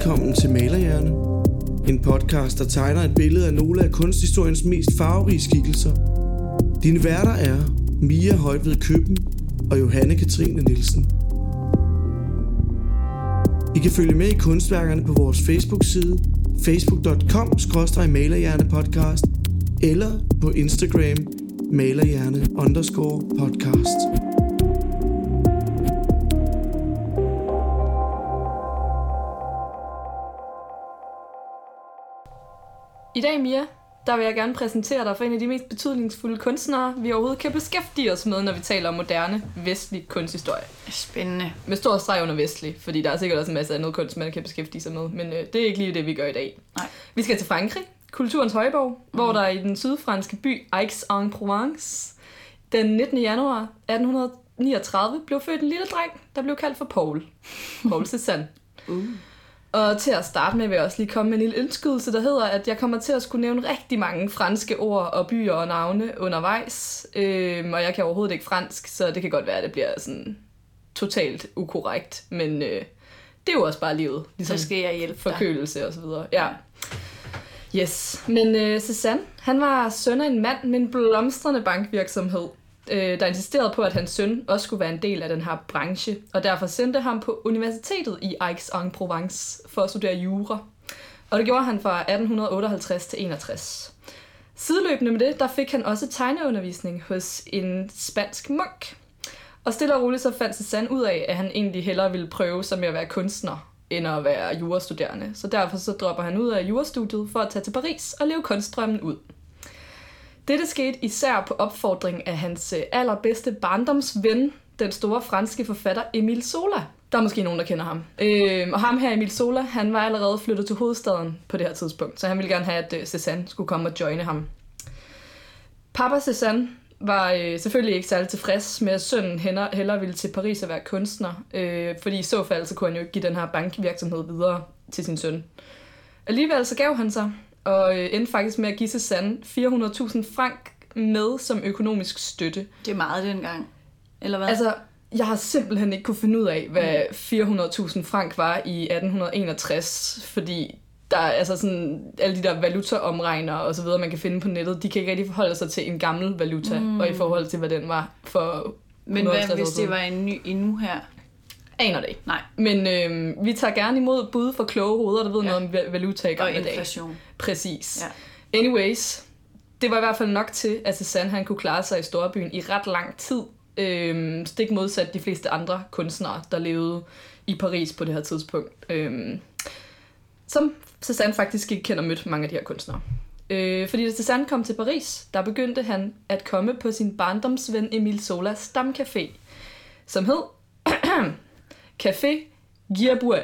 velkommen til Malerhjerne. En podcast, der tegner et billede af nogle af kunsthistoriens mest farverige skikkelser. Dine værter er Mia Højtved Køben og Johanne Katrine Nielsen. I kan følge med i kunstværkerne på vores Facebook-side facebook.com/malerhjernepodcast eller på Instagram malerhjerne_podcast. I dag, Mia, der vil jeg gerne præsentere dig for en af de mest betydningsfulde kunstnere, vi overhovedet kan beskæftige os med, når vi taler om moderne, vestlig kunsthistorie. Spændende. Med stor streg under vestlig, fordi der er sikkert også en masse andet kunst, man kan beskæftige sig med, men det er ikke lige det, vi gør i dag. Nej. Vi skal til Frankrig, kulturens højborg, hvor der i den sydfranske by Aix-en-Provence den 19. januar 1839 blev født en lille dreng, der blev kaldt for Paul Cézanne. Og til at starte med vil jeg også lige komme med en lille indskydelse, der hedder, at jeg kommer til at skulle nævne rigtig mange franske ord og byer og navne undervejs. Og jeg kan overhovedet ikke fransk, så det kan godt være, at det bliver sådan totalt ukorrekt. Men det er jo også bare livet. Ligesom så skal jeg hjælpe dig. Forkølelse og så videre. Ja. Yes. Men Cézanne, han var søn af en mand med en blomstrende bankvirksomhed, der insisterede på, at hans søn også skulle være en del af den her branche, og derfor sendte ham på universitetet i Aix-en-Provence for at studere jura. Og det gjorde han fra 1858 til 61. Sideløbende med det, der fik han også tegneundervisning hos en spansk munk. Og stille og roligt så fandt Cézanne ud af, at han egentlig hellere ville prøve sig med at være kunstner, end at være jurastuderende. Så derfor så dropper han ud af jurastudiet for at tage til Paris og leve kunstdrømmen ud. Dette skete især på opfordring af hans allerbedste barndomsven, den store franske forfatter Émile Zola. Der er måske nogen, der kender ham. Og ham her, Émile Zola, han var allerede flyttet til hovedstaden på det her tidspunkt, så han ville gerne have, at Cézanne skulle komme og joine ham. Papa Cézanne var selvfølgelig ikke særlig tilfreds med, at sønnen hellere ville til Paris og være kunstner, fordi i så fald så kunne han jo ikke give den her bankvirksomhed videre til sin søn. Alligevel så gav han sig, og endte faktisk med at give Cézanne 400.000 franc med som økonomisk støtte. Det er meget dengang, eller hvad? Altså, jeg har simpelthen ikke kunne finde ud af, hvad 400.000 franc var i 1861, fordi der er altså sådan alle de der valutaomregnere og så videre, man kan finde på nettet, de kan ikke rigtig forholde sig til en gammel valuta, og i forhold til, hvad den var for. Men hvad hvis det var en ny endnu her? Aner det ikke. Nej. Men vi tager gerne imod bud fra kloge hoveder, der ved noget om valuta i gamle dage. Og inflation. Præcis. Ja. Anyways, det var i hvert fald nok til, at Cézanne han kunne klare sig i storbyen i ret lang tid. Stik modsat de fleste andre kunstnere, der levede i Paris på det her tidspunkt. Som Cézanne faktisk ikke kender mødt mange af de her kunstnere. Fordi da Cézanne kom til Paris, der begyndte han at komme på sin barndomsven Émile Zolas stamcafé, som hed Café Guillerbois.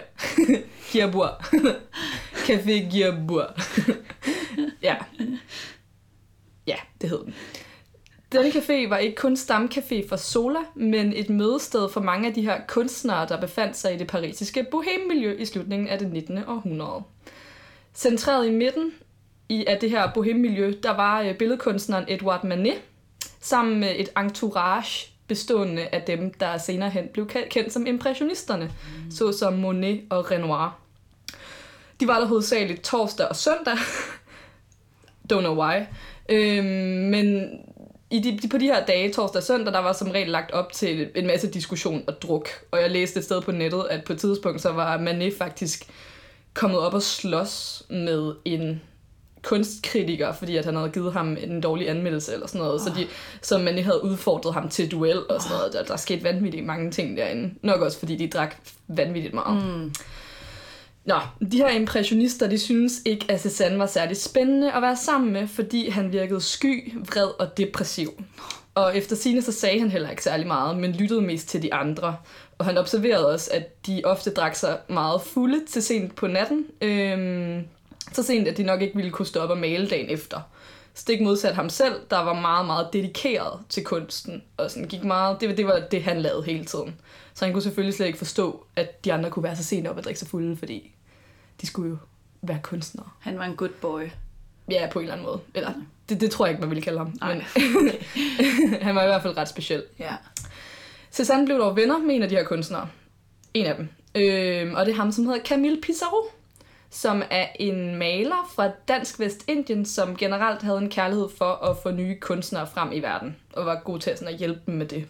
Café Guillerbois. Ja, det hed den. Denne café var ikke kun stamcafé for Zola, men et mødested for mange af de her kunstnere, der befandt sig i det parisiske bohème-miljø i slutningen af det 19. århundrede. Centreret i midten af det her bohème-miljø, der var billedkunstneren Edouard Manet, sammen med et entourage bestående af dem, der senere hen blev kendt som impressionisterne, såsom Monet og Renoir. De var der hovedsageligt torsdag og søndag. Don't know why. Men på de her dage, torsdag og søndag, der var som regel lagt op til en masse diskussion og druk. Og jeg læste et sted på nettet, at på et tidspunkt så var Manet faktisk kommet op og slås med en kunstkritiker, fordi at han havde givet ham en dårlig anmeldelse eller sådan noget, så Manet havde udfordret ham til duel og sådan noget. Der skete vanvittigt mange ting derinde. Nok også fordi de drak vanvittigt meget. Nå, de her impressionister, de synes ikke, at Cézanne var særlig spændende at være sammen med, fordi han virkede sky, vred og depressiv. Og efter sigende så sagde han heller ikke særlig meget, men lyttede mest til de andre. Og han observerede også, at de ofte drak sig meget fulde til sent på natten. Så sent, at de nok ikke ville kunne stå op og male dagen efter. Stik modsat ham selv, der var meget, meget dedikeret til kunsten. Og sådan gik meget, det var det, han lavede hele tiden. Så han kunne selvfølgelig slet ikke forstå, at de andre kunne være så sent op og drikke sig fulde, fordi de skulle jo være kunstnere. Han var en good boy. Ja, på en eller anden måde. Eller, det tror jeg ikke, man ville kalde ham. Nej. Men han var i hvert fald ret speciel. Ja. Cézanne blev dog venner med en af de her kunstnere. En af dem. Og det er ham, som hedder Camille Pissarro. som er en maler fra Dansk Vestindien, som generelt havde en kærlighed for at få nye kunstnere frem i verden, og var god til sådan at hjælpe dem med det.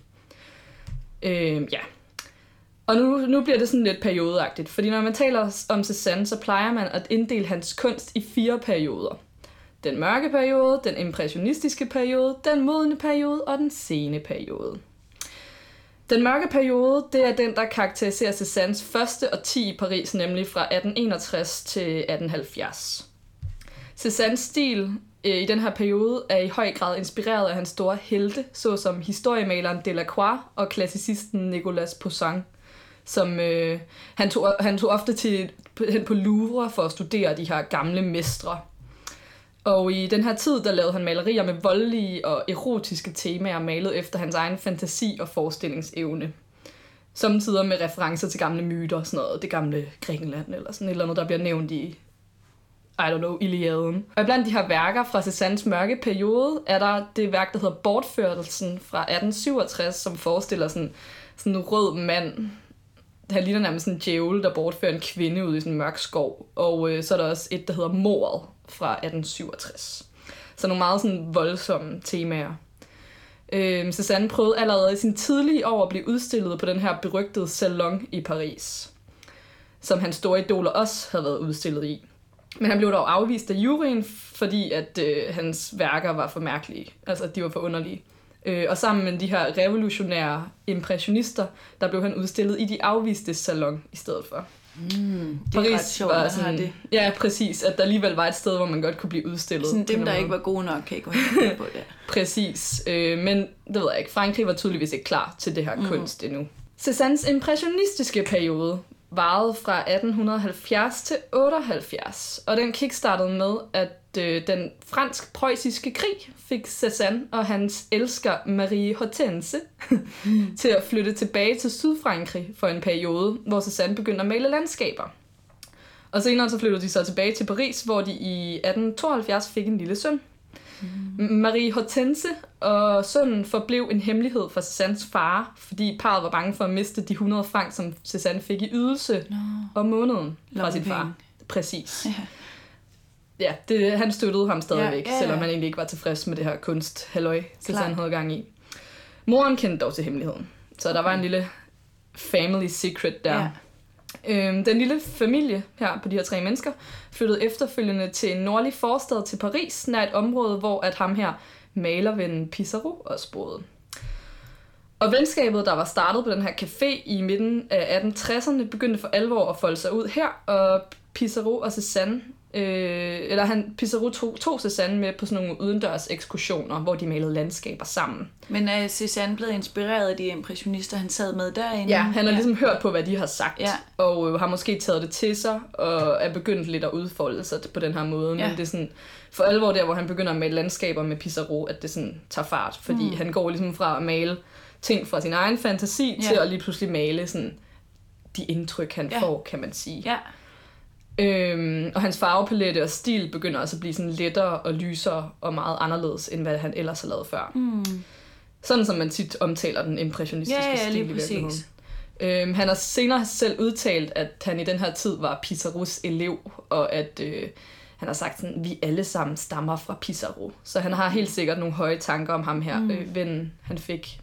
Ja. Og nu bliver det sådan lidt periodeagtigt, fordi når man taler om Cézanne, så plejer man at inddele hans kunst i 4 perioder. Den mørke periode, den impressionistiske periode, den modne periode og den sene periode. Den mørke periode, det er den, der karakteriserer Cézannes første årti i Paris, nemlig fra 1861 til 1870. Cézannes stil i den her periode er i høj grad inspireret af hans store helte, såsom historiemaleren Delacroix og klassicisten Nicolas Poussin, som han tog ofte hen på Louvre for at studere de her gamle mestre. Og i den her tid, der lavede han malerier med voldelige og erotiske temaer, malet efter hans egen fantasi og forestillingsevne. Samtidig med referencer til gamle myter, sådan noget, det gamle Grækenland, eller sådan et eller andet, der bliver nævnt i, Iliaden. Og blandt de her værker fra Cézannes mørke periode, er der det værk, der hedder Bortførelsen fra 1867, som forestiller sådan en rød mand. Han ligner nærmest sådan en djævel, der bortfører en kvinde ud i sådan en mørk skov. Og så er der også et, der hedder Mordet fra 1867. Så nogle meget sådan voldsomme temaer. Cézanne prøvede allerede i sin tidlige år at blive udstillet på den her berygtede salon i Paris, som hans store idoler også havde været udstillet i. Men han blev dog afvist af juryen, fordi at hans værker var for mærkelige. Altså, de var for underlige. Og sammen med de her revolutionære impressionister, der blev han udstillet i de afviste salon i stedet for. Det er ret sjovt, at have det. Ja, præcis. At der alligevel var et sted, hvor man godt kunne blive udstillet. Sådan dem, der ikke var gode nok, kan ikke gå hen på det. Præcis. Men det ved jeg ikke. Frankrig var tydeligvis ikke klar til det her kunst endnu. Cézannes impressionistiske periode varede fra 1870 til 78, og den kickstartede med, at den fransk-preussiske krig fik Cézanne og hans elsker Marie Hortense til at flytte tilbage til Sydfrankrig for en periode, hvor Cézanne begyndte at male landskaber. Og senere så flyttede de så tilbage til Paris, hvor de i 1872 fik en lille søn. Marie Hortense og sønnen forblev en hemmelighed for Cézannes far, fordi parret var bange for at miste de 100 francs, som Cézanne fik i ydelse om måneden fra sin far. Præcis. Ja, han støttede ham stadigvæk, selvom han egentlig ikke var tilfreds med det her kunsthalløj, Cézanne havde gang i. Moren kendte dog til hemmeligheden, så der var en lille family secret der. Den lille familie her på de her 3 mennesker flyttede efterfølgende til en nordlig forstad til Paris, nær et område, hvor at ham her malervennen Pissarro også boede. Og venskabet, der var startet på den her café i midten af 1860'erne, begyndte for alvor at folde sig ud her, og Pissarro og Cézanne, Pissarro tog Cézanne med på sådan nogle udendørs ekskursioner, hvor de malede landskaber sammen. Men er Cézanne blevet inspireret af de impressionister, han sad med derinde? Ja, han har ligesom hørt på, hvad de har sagt, og har måske taget det til sig, og er begyndt lidt at udfolde sig på den her måde. Men det er sådan, for alvor der, hvor han begynder at male landskaber med Pissarro, at det sådan tager fart, fordi han går ligesom fra at male ting fra sin egen fantasi, til at lige pludselig male sådan de indtryk, han får, kan man sige. Ja. Og hans farvepalette og stil begynder også at blive sådan lettere og lysere og meget anderledes, end hvad han ellers har lavet før. Sådan som man tit omtaler den impressionistiske stil i virkeligheden. Han har senere selv udtalt, at han i den her tid var Pissarros elev, og at han har sagt sådan, vi alle sammen stammer fra Pissarro. Så han har helt sikkert nogle høje tanker om ham her, vennen han fik.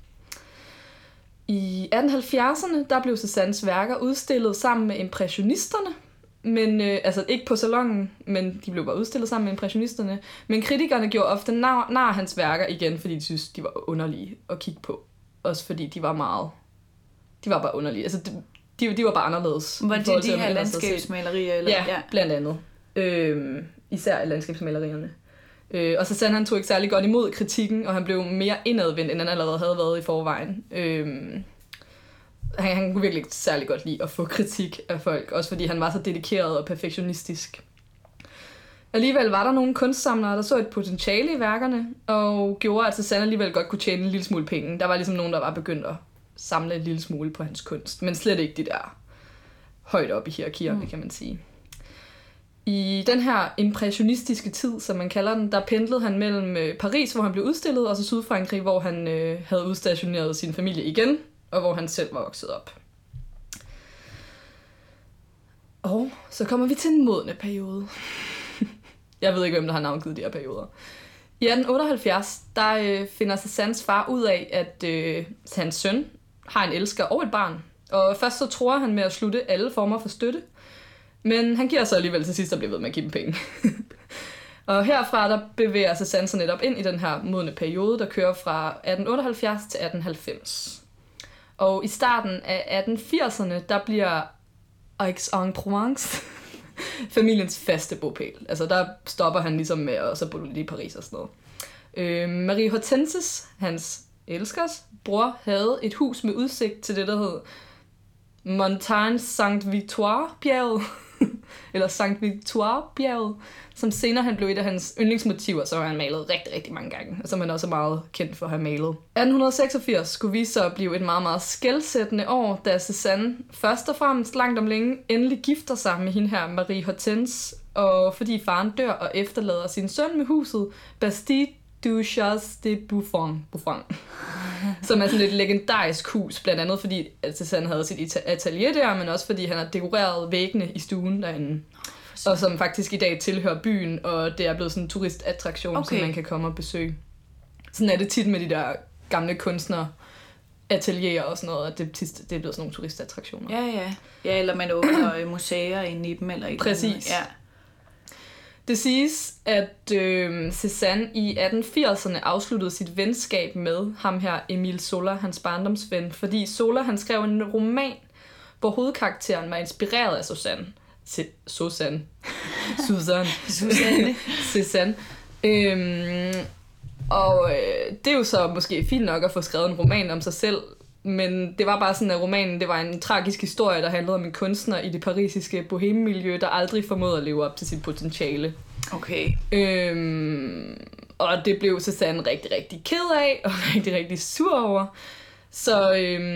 I 1870'erne, der blev Cézannes værker udstillet sammen med impressionisterne, men altså ikke på salonen, men de blev bare udstillet sammen med impressionisterne. Men kritikerne gjorde ofte nar hans værker igen, fordi de synes de var underlige at kigge på. Også fordi de var bare underlige. Altså de var bare anderledes. Var det de her landskabsmalerier? Eller? Ja, blandt andet. Især landskabsmalerierne. Og Cézanne han tog ikke særlig godt imod kritikken, og han blev mere indadvendt, end han allerede havde været i forvejen. Han kunne virkelig ikke særlig godt lide at få kritik af folk, også fordi han var så dedikeret og perfektionistisk. Alligevel var der nogle kunstsamlere, der så et potentiale i værkerne, og gjorde, at Cézanne alligevel godt kunne tjene en lille smule penge. Der var ligesom nogen, der var begyndt at samle en lille smule på hans kunst, men slet ikke de der højt op i hierarkierne, kan man sige. I den her impressionistiske tid, som man kalder den, der pendlede han mellem Paris, hvor han blev udstillet, og så Sydfrankrig, hvor han havde udstationeret sin familie igen, og hvor han selv var vokset op. Og så kommer vi til en modne periode. Jeg ved ikke, hvem der har navngivet de her perioder. I 1878, der finder Cézannes far ud af, at hans søn har en elsker og et barn. Og først så tror han med at slutte alle former for støtte. Men han giver så alligevel til sidst at blive ved med at give dem penge. Og herfra der bevæger Cézanne sig netop ind i den her modne periode, der kører fra 1878 til 1890. Og i starten af 1880'erne, der bliver Aix-en-Provence familiens faste bopæl. Altså der stopper han ligesom med at så bo i Paris og sådan noget. Marie Hortenses, hans elskers bror, havde et hus med udsigt til det, der hed Montagne Saint-Victoire-bjerget, eller Saint-Victoire-bjerget, som senere han blev et af hans yndlingsmotiver, så han malet rigtig, rigtig mange gange, og som han også er meget kendt for at have malet. 1886 skulle vise sig at blive et meget, meget skelsættende år, da Cézanne først og fremmest langt om længe endelig gifter sig med hende her, Marie Hortense, og fordi faren dør og efterlader sin søn med huset Bastide du Chas de Buffon, som er sådan et legendarisk hus, blandt andet fordi Cézanne havde sit atelier der, men også fordi han har dekoreret væggene i stuen derinde. Og som faktisk i dag tilhører byen, og det er blevet sådan en turistattraktion, som man kan komme og besøge. Sådan er det tit med de der gamle kunstnere, atelierer og sådan noget, at det er blevet sådan nogle turistattraktioner. Ja, eller man åbner museer inde i dem, eller et præcis. Eller ja. Det siges, at Cézanne i 1880'erne afsluttede sit venskab med ham her, Émile Zola, hans barndomsven, fordi Zola han skrev en roman, hvor hovedkarakteren var inspireret af Cézanne. Og det er jo så måske fint nok at få skrevet en roman om sig selv, men det var bare sådan, at romanen det var en tragisk historie, der handlede om en kunstner i det parisiske boheme-miljø, der aldrig formåede at leve op til sit potentiale. Okay. Og det blev Cézanne rigtig, rigtig ked af, og rigtig, rigtig sur over. Så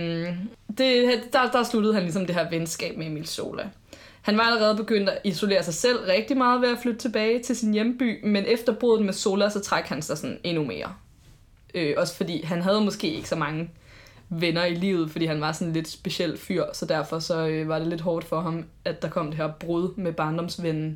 der sluttede han ligesom det her venskab med Émile Zola. Han var allerede begyndt at isolere sig selv rigtig meget ved at flytte tilbage til sin hjemby, men efter bruddet med Zola, så træk han sig sådan endnu mere. Også fordi han havde måske ikke så mange venner i livet, fordi han var sådan en lidt speciel fyr, så derfor så var det lidt hårdt for ham, at der kom det her brud med barndomsvennen.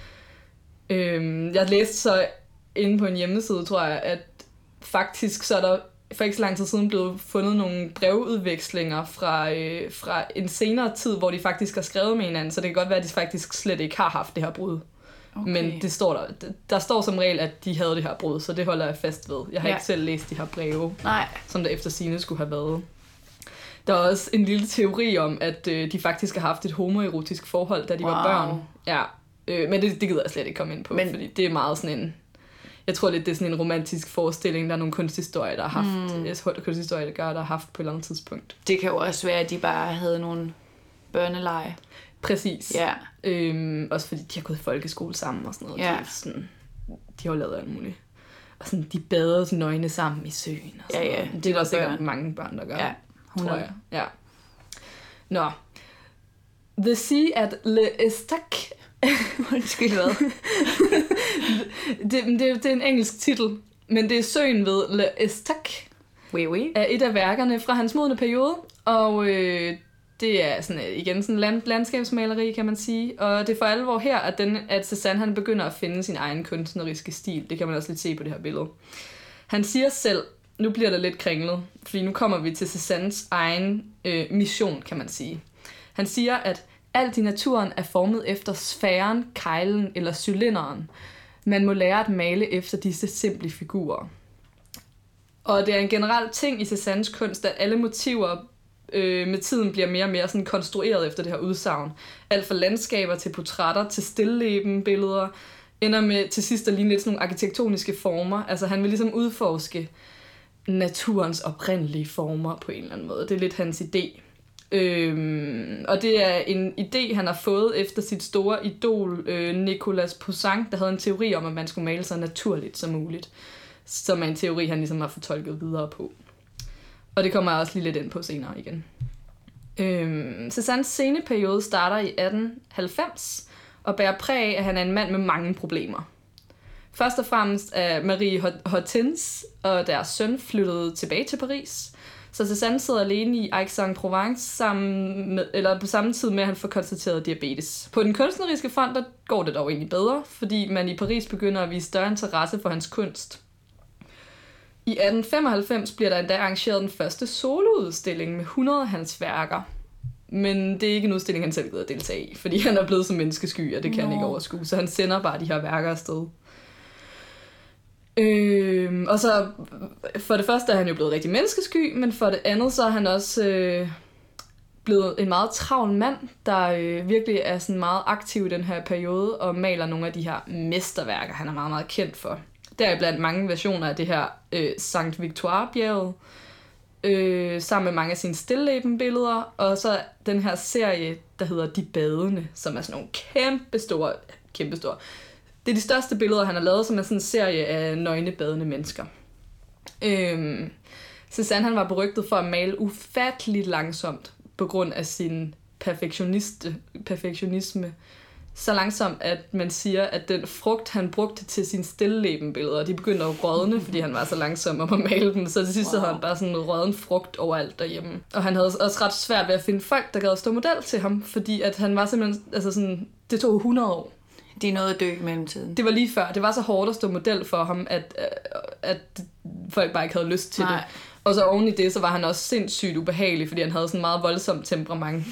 Jeg læste så inde på en hjemmeside, tror jeg, at faktisk så er der for ikke så lang tid siden blevet fundet nogle brevudvekslinger fra en senere tid, hvor de faktisk har skrevet med hinanden, så det kan godt være, at de faktisk slet ikke har haft det her brud. Okay. Men det står der står som regel, at de havde det her brud, så det holder jeg fast ved. Jeg har ikke selv læst de her breve, som der efter sigende skulle have været. Der er også en lille teori om, at de faktisk har haft et homoerotisk forhold, da de var børn. Ja, men det gider jeg slet ikke komme ind på, fordi det er meget sådan en... Jeg tror lidt, det er sådan en romantisk forestilling, der er nogle kunsthistorier, der har haft. Kunsthistorier, der har haft på et eller andet tidspunkt. Det kan jo også være, at de bare havde nogle børneleje. Præcis. Ja. Også fordi de har gået i folkeskole sammen og sådan noget. Ja. De har jo lavet alt muligt. Og sådan, de badede sådan nøgne sammen i søen. Og sådan noget. Det er der sikkert mange børn, der gør. Ja, 100. Tror jeg. Ja. Nå. The Sea at l'Estac. Undskyld, hvad? det er en engelsk titel, men det er søen ved l'Estac. Oui. Er et af værkerne fra hans modne periode, og det er sådan, igen sådan landskabsmaleri, kan man sige. Og det er for alvor her, at Cézanne han begynder at finde sin egen kunstneriske stil. Det kan man også lidt se på det her billede. Han siger selv, nu bliver der lidt kringlet, fordi nu kommer vi til Cézannes egen mission, kan man sige. Han siger, at alt i naturen er formet efter sfæren, keglen eller cylinderen. Man må lære at male efter disse simple figurer. Og det er en generel ting i Cézannes kunst, at alle motiver med tiden bliver mere og mere sådan konstrueret efter det her udsagn. Alt fra landskaber til portrætter til stilleben-billeder ender med til sidst at ligne lidt sådan nogle arkitektoniske former. Altså han vil ligesom udforske naturens oprindelige former på en eller anden måde. Det er lidt hans idé. Og det er en idé, han har fået efter sit store idol, Nicolas Poussin, der havde en teori om, at man skulle male så naturligt som muligt. Som er en teori, han ligesom har fortolket videre på. Og det kommer jeg også lige lidt ind på senere igen. Cézannes sceneperiode starter i 1890 og bærer præg af, at han er en mand med mange problemer. Først og fremmest er Marie Hortense og deres søn flyttet tilbage til Paris. Så Cézanne sidder alene i Aix-en-Provence på samme tid med, at han får konstateret diabetes. På den kunstneriske front, der går det dog egentlig bedre, fordi man i Paris begynder at vise større interesse for hans kunst. I 1895 bliver der endda arrangeret den første soloudstilling med 100 af hans værker. Men det er ikke en udstilling, han selv gider at deltage i, fordi han er blevet så menneskesky, og det kan han ikke overskue. Så han sender bare de her værker afsted. Og så for det første er han jo blevet rigtig menneskesky, men for det andet så er han også blevet en meget travl mand, der virkelig er sådan meget aktiv i den her periode og maler nogle af de her mesterværker, han er meget, meget kendt for. Der er blandt mange versioner af det her Saint Victoire-bjerget, sammen med mange af sine stilleben-billeder, og så den her serie, der hedder De Badende, som er sådan nogle kæmpestore. Det er de største billeder, han har lavet, som er sådan en serie af nøgne badende mennesker. Cézanne, han var berygtet for at male ufatteligt langsomt, på grund af sin perfektionisme. Så langsomt, at man siger, at den frugt, han brugte til sine stillebenbilleder, de begyndte at rådne, fordi han var så langsom om at male dem. Så til sidst havde han bare sådan en rådden frugt overalt derhjemme. Og han havde også ret svært ved at finde folk, der gad at stå model til ham, fordi at han var simpelthen, altså sådan, det tog 100 år. De nåede at dø i mellemtiden. Det var lige før. Det var så hårdt at stå model for ham, at folk bare ikke havde lyst til det. Og så oven i det, så var han også sindssygt ubehagelig, fordi han havde sådan meget voldsomt temperament.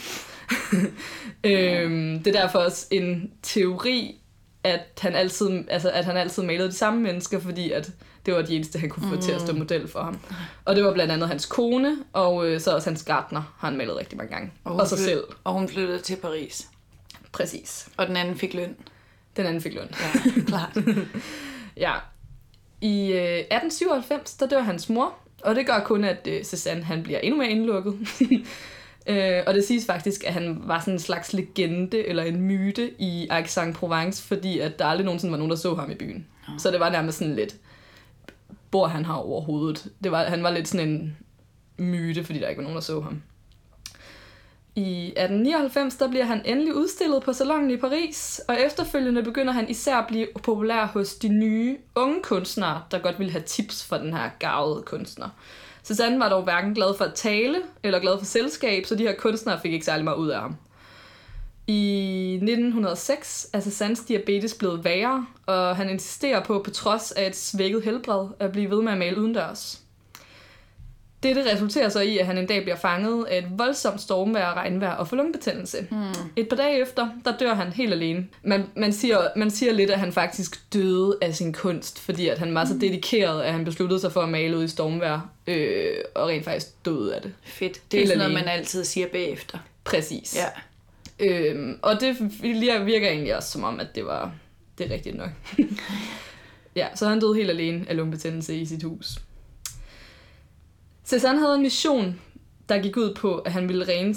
Det er derfor også en teori, at han altid malede de samme mennesker, fordi at det var de eneste, han kunne få til at stå model for ham. Og det var blandt andet hans kone, og så også hans gartner har han malet rigtig mange gange. Og sig selv. Og hun flyttede til Paris. Præcis. Og den anden fik løn. Den anden fik løn. Ja, klart. Ja. I 1897, der dør hans mor, og det gør kun, at Cézanne, han bliver endnu mere indlukket. Og det siges faktisk, at han var sådan en slags legende eller en myte i Aix-en-Provence, fordi at der aldrig nogensinde var nogen, der så ham i byen. Ja. Så det var nærmest sådan lidt, bor han her overhovedet? Han var lidt sådan en myte, fordi der ikke var nogen, der så ham. I 1899, der bliver han endelig udstillet på Salonen i Paris, og efterfølgende begynder han især at blive populær hos de nye, unge kunstnere, der godt ville have tips for den her garvede kunstner. Cézanne var dog hverken glad for at tale eller glad for selskab, så de her kunstnere fik ikke særlig meget ud af ham. I 1906 er Cézannes diabetes blevet værre, og han insisterer på trods af et svækket helbred, at blive ved med at male udendørs. Dette resulterer så i, at han en dag bliver fanget af et voldsomt stormvejr, regnvejr og får lungebetændelse. Et par dage efter, der dør han helt alene. Man siger lidt, at han faktisk døde af sin kunst, fordi at han var så dedikeret, at han besluttede sig for at male ud i stormvejr, og rent faktisk døde af det. Fedt. Det er sådan noget, man altid siger bagefter. Præcis. Ja. Og det virker egentlig også som om, at det er rigtigt nok. Ja, så han døde helt alene af lungebetændelse i sit hus. Cézanne havde en mission, der gik ud på, at han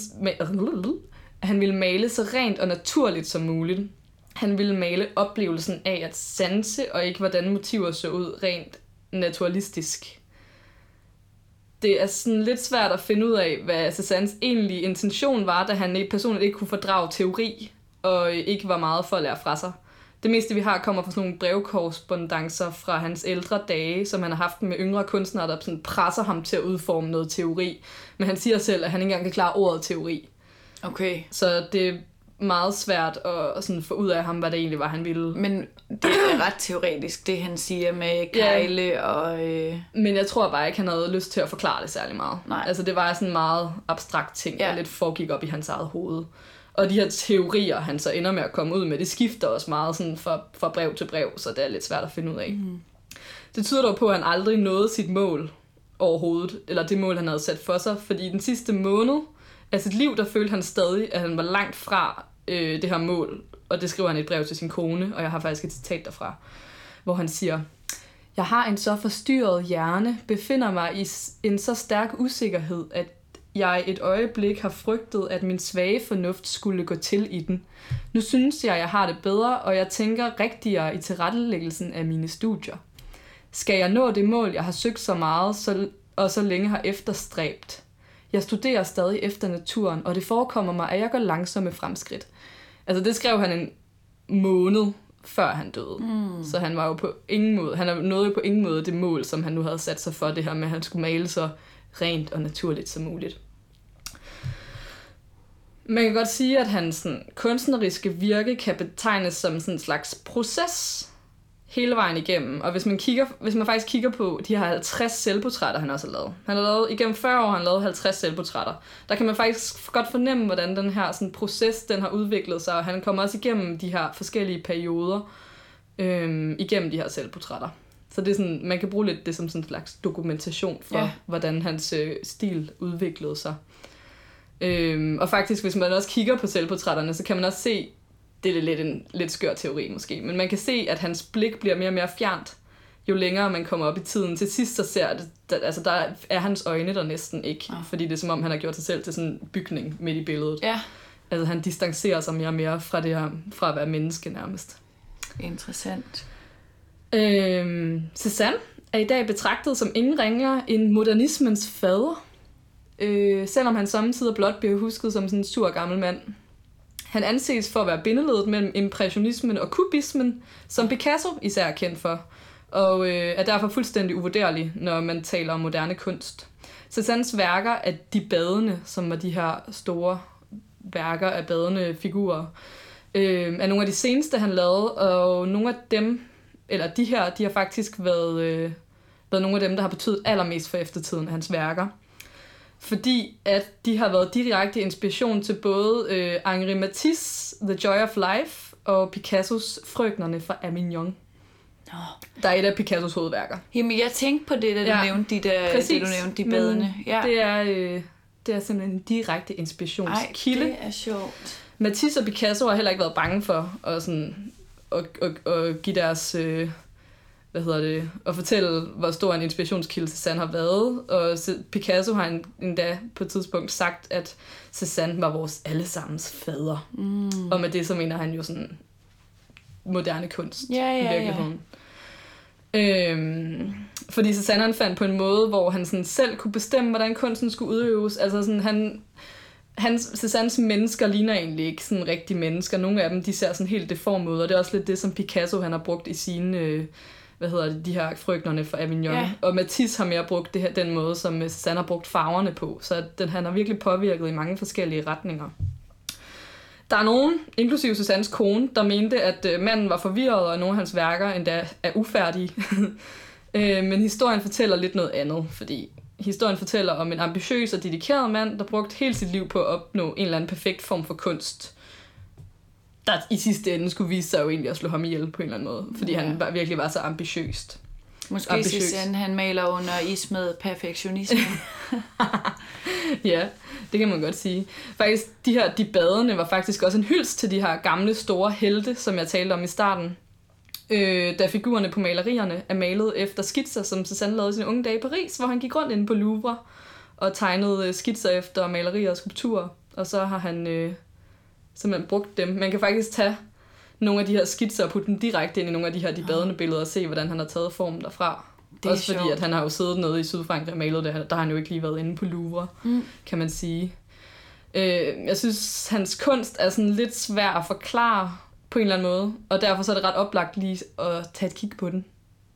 ville male så rent og naturligt som muligt. Han ville male oplevelsen af at sanse, og ikke hvordan motiver så ud rent naturalistisk. Det er sådan lidt svært at finde ud af, hvad Cézannes egentlige intention var, da han personligt ikke kunne fordrage teori, og ikke var meget for at lære fra sig. Det meste, vi har, kommer fra sådan nogle brevkorrespondancer fra hans ældre dage, som han har haft med yngre kunstnere, der sådan presser ham til at udforme noget teori. Men han siger selv, at han ikke engang kan klare ordet teori. Okay. Så det er meget svært at sådan få ud af ham, hvad det egentlig var, han ville. Men det er ret teoretisk, det han siger med kejle og... Men jeg tror bare ikke, han havde lyst til at forklare det særlig meget. Nej. Altså, det var sådan en meget abstrakt ting, der lidt foregik op i hans eget hoved. Og de her teorier, han så ender med at komme ud med, det skifter også meget sådan fra brev til brev, så det er lidt svært at finde ud af. Det tyder dog på, at han aldrig nåede sit mål overhovedet, eller det mål, han havde sat for sig, fordi den sidste måned af sit liv, der følte han stadig, at han var langt fra det her mål, og det skriver han i et brev til sin kone, og jeg har faktisk et citat derfra, hvor han siger: "Jeg har en så forstyrret hjerne, befinder mig i en så stærk usikkerhed, at jeg et øjeblik har frygtet, at min svage fornuft skulle gå til i den. Nu synes jeg har det bedre, og jeg tænker rigtigere i tilrettelæggelsen af mine studier. Skal jeg nå det mål, jeg har søgt så meget og så længe har efterstræbt? Jeg studerer stadig efter naturen, og det forekommer mig, at jeg går langsomme fremskridt." Altså det skrev han en måned før han døde. Så han var jo på ingen måde, han nåede jo på ingen måde det mål, som han nu havde sat sig for, det her med, at han skulle male så rent og naturligt som muligt. Man kan godt sige, at hans sådan, kunstneriske virke kan betegnes som sådan en slags proces hele vejen igennem. Og hvis man faktisk kigger på de her 50 selvportrætter, han også har lavet. Han har lavet, igennem 40 år har han lavet 50 selvportrætter. Der kan man faktisk godt fornemme, hvordan den her sådan, proces, den har udviklet sig. Og han kommer også igennem de her forskellige perioder, igennem de her selvportrætter. Så det er sådan, man kan bruge lidt det som sådan en slags dokumentation for, hvordan hans stil udviklede sig. Og faktisk, hvis man også kigger på selvportrætterne, så kan man også se, det er lidt en lidt skør teori måske, men man kan se, at hans blik bliver mere og mere fjernt, jo længere man kommer op i tiden. Til sidst, så ser det, der er hans øjne der næsten ikke, fordi det er som om, han har gjort sig selv til sådan en bygning midt i billedet. Ja. Altså han distancerer sig mere og mere fra det her, fra at være menneske nærmest. Interessant. Cézanne er i dag betragtet som ingen ringere end modernismens fader, selvom han samtidig blot bliver husket som sådan en sur gammel mand. Han anses for at være bindeledet mellem impressionismen og kubismen, som Picasso især er kendt for, og er derfor fuldstændig uvurderlig, når man taler om moderne kunst. Cézannes værker er De badende, som var de her store værker af badende figurer, er nogle af de seneste, han lavede, og nogle af dem, eller de har faktisk været nogle af dem, der har betydet allermest for eftertiden af hans værker. Fordi at de har været direkte inspiration til både Henri Matisse' The Joy of Life og Picassos Frøkenerne fra Avignon. Der er et af Picassos hovedværker. Jamen, jeg tænkte på det, da du nævnte de badende. Ja. Det er simpelthen en direkte inspirationskilde. Ej, det er sjovt. Matisse og Picasso har heller ikke været bange for at give deres... og fortælle, hvor stor en inspirationskilde Cézanne har været. Og Picasso har endda på et tidspunkt sagt, at Cézanne var vores allesammens fader. Og med det så mener han jo sådan moderne kunst i virkeligheden. Fordi Cézanne han fandt på en måde, hvor han sådan selv kunne bestemme, hvordan kunsten skulle udøves. Altså sådan, Cézannes mennesker ligner egentlig ikke sådan rigtige mennesker. Nogle af dem, de ser sådan helt deforme ud, og det er også lidt det, som Picasso han har brugt i sine... de her Frøkenerne fra Avignon. Ja. Og Matisse har mere brugt den måde, som Cézanne har brugt farverne på. Så han har virkelig påvirket i mange forskellige retninger. Der er nogen, inklusive Cézannes kone, der mente, at manden var forvirret, og nogle af hans værker endda er ufærdige. Men historien fortæller lidt noget andet, fordi historien fortæller om en ambitiøs og dedikeret mand, der brugte hele sit liv på at opnå en eller anden perfekt form for kunst, der i sidste ende skulle vise sig jo egentlig at slå ham ihjel på en eller anden måde, fordi han virkelig var så ambitiøst. Måske Cézanne, han maler under ismed perfektionisme. Ja, det kan man godt sige. Faktisk, de badende var faktisk også en hyldest til de her gamle, store helte, som jeg talte om i starten. Da figurerne på malerierne er malet efter skitser, som Cézanne lavede i sine unge dage i Paris, hvor han gik rundt inde på Louvre og tegnede skitser efter malerier og skulpturer. Og så har han... simpelthen brugt dem. Man kan faktisk tage nogle af de her skitser og putte dem direkte ind i nogle af de her badende billeder og se, hvordan han har taget formen derfra. Det også fordi, at han har jo siddet nede i Sydfrankrig og malet det. Der har han jo ikke lige været inde på Louvre, kan man sige. Jeg synes, hans kunst er sådan lidt svær at forklare på en eller anden måde, og derfor så er det ret oplagt lige at tage et kig på den.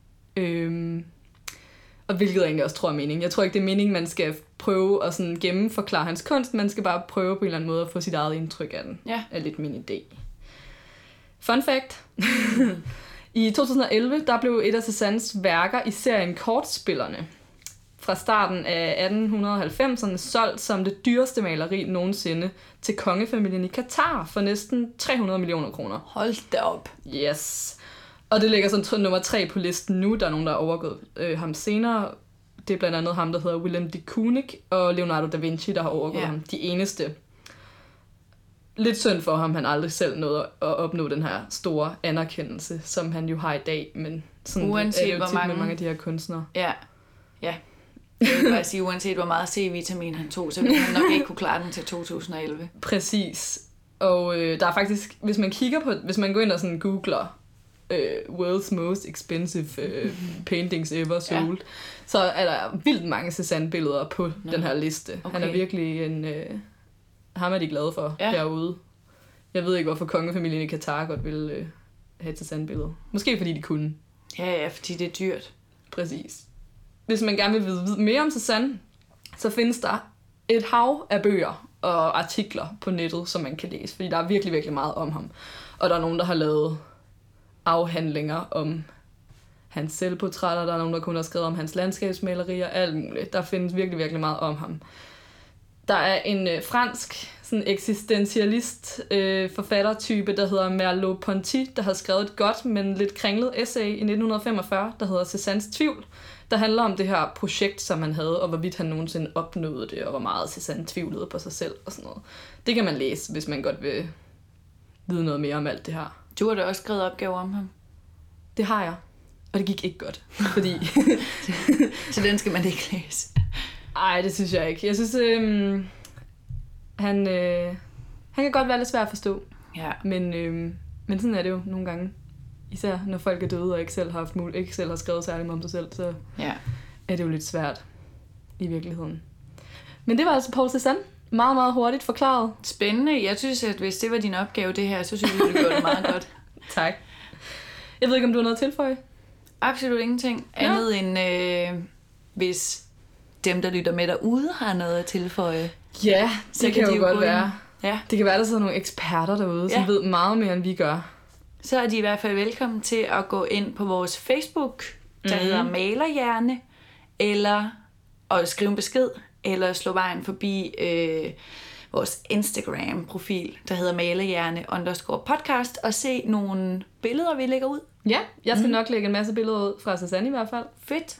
Og hvilket jeg egentlig også tror er meningen. Jeg tror ikke, det er meningen, man skal prøve at sådan gennemforklare hans kunst. Man skal bare prøve på en eller anden måde at få sit eget indtryk af den. Ja. Er lidt min idé. Fun fact. I 2011, der blev et af Cézannes værker i serien Kortspillerne fra starten af 1890'erne solgt som det dyreste maleri nogensinde til kongefamilien i Katar for næsten 300 millioner kroner. Hold da op. Yes. Og det ligger sådan nummer 3 på listen nu. Der er nogen, der har overgået ham senere. Det er blandt andet ham, der hedder Willem de Kooning og Leonardo da Vinci, der har overgået ham. De eneste. Lidt synd for ham, han aldrig selv nåede at opnå den her store anerkendelse, som han jo har i dag. Men sådan uanset er det jo tit med mange af de her kunstnere. Ja. Jeg vil bare sige, uanset hvor meget C-vitamin han tog, så ville han nok ikke kunne klare den til 2011. Præcis. Og der er faktisk, hvis man går ind og sådan googler world's most expensive paintings ever sold, så er der vildt mange Cézanne-billeder på den her liste. Okay. Han er virkelig en... ham er de glade for derude. Jeg ved ikke, hvorfor kongefamilien i Katar godt ville have et Cézanne-billede. Måske fordi de kunne. Ja, fordi det er dyrt. Præcis. Hvis man gerne vil vide mere om Cézanne, så findes der et hav af bøger og artikler på nettet, som man kan læse, fordi der er virkelig, virkelig meget om ham. Og der er nogen, der har lavet afhandlinger om hans selvportrætter, der er nogen, der kun har skrevet om hans landskabsmalerier, alt muligt. Der findes virkelig, virkelig meget om ham. Der er en fransk sådan eksistentialist forfattertype, der hedder Merleau-Ponty, der har skrevet et godt, men lidt kringlet essay i 1945, der hedder Cézannes tvivl, der handler om det her projekt, som han havde, og hvorvidt han nogensinde opnåede det, og hvor meget Cézanne tvivlede på sig selv og sådan noget. Det kan man læse, hvis man godt vil vide noget mere om alt det her. Du har da også skrevet opgaver om ham. Det har jeg, og det gik ikke godt, fordi... Så den skal man ikke læse. Ej, det synes jeg ikke. Jeg synes, han kan godt være lidt svær at forstå. Ja. Men sådan er det jo nogle gange. Især når folk er døde og ikke selv har skrevet særligt meget om sig selv, så er det jo lidt svært i virkeligheden. Men det var altså Paul Cézanne. Meget, meget hurtigt forklaret. Spændende. Jeg synes, at hvis det var din opgave, det her, så synes jeg, du gjorde det meget godt. Tak. Jeg ved ikke, om du har noget at tilføje? Absolut ingenting. Andet end hvis dem, der lytter med derude, har noget at tilføje. Ja, det kan jo godt være. Ja. Det kan være, der sidder nogle eksperter derude, som ved meget mere, end vi gør. Så er de i hvert fald velkommen til at gå ind på vores Facebook, der hedder Malerhjerne, eller at skrive en besked, eller slå vejen forbi vores Instagram-profil, der hedder Malerhjerne_podcast, og se nogle billeder, vi lægger ud. Ja, jeg skal nok lægge en masse billeder ud fra Cézanne i hvert fald. Fedt.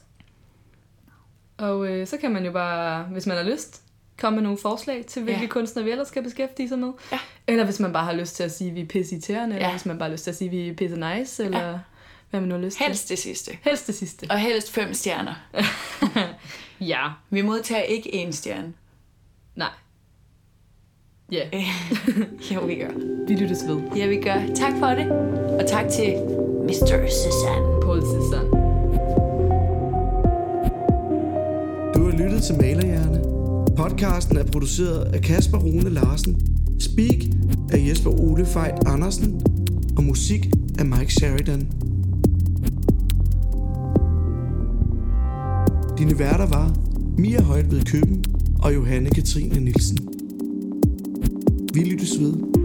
Og så kan man jo bare, hvis man har lyst, komme med nogle forslag til, hvilke kunstnere vi ellers skal beskæftige sig med. Ja. Eller hvis man bare har lyst til at sige, at vi er pisseirriterende, eller hvis man bare har lyst til at sige, at vi er pisse nice, eller hvad man nu har lyst til. Helst det sidste. Helst det sidste. Og helst 5 stjerner. Ja. Vi modtager ikke 1 stjerne. Nej. Ja. Jo, vi gør. Vi lyttes ved. Ja, vi gør. Tak for det. Og tak til Mr. Cézanne. Paul Cézanne. Du har lyttet til Malerhjerne. Podcasten er produceret af Kasper Rune Larsen. Speak af Jesper Ole Fejt Andersen. Og musik af Mike Sheridan. Dine værter var Mia Højtved Køben og Johanne Katrine Nielsen. Vi lyttes ved.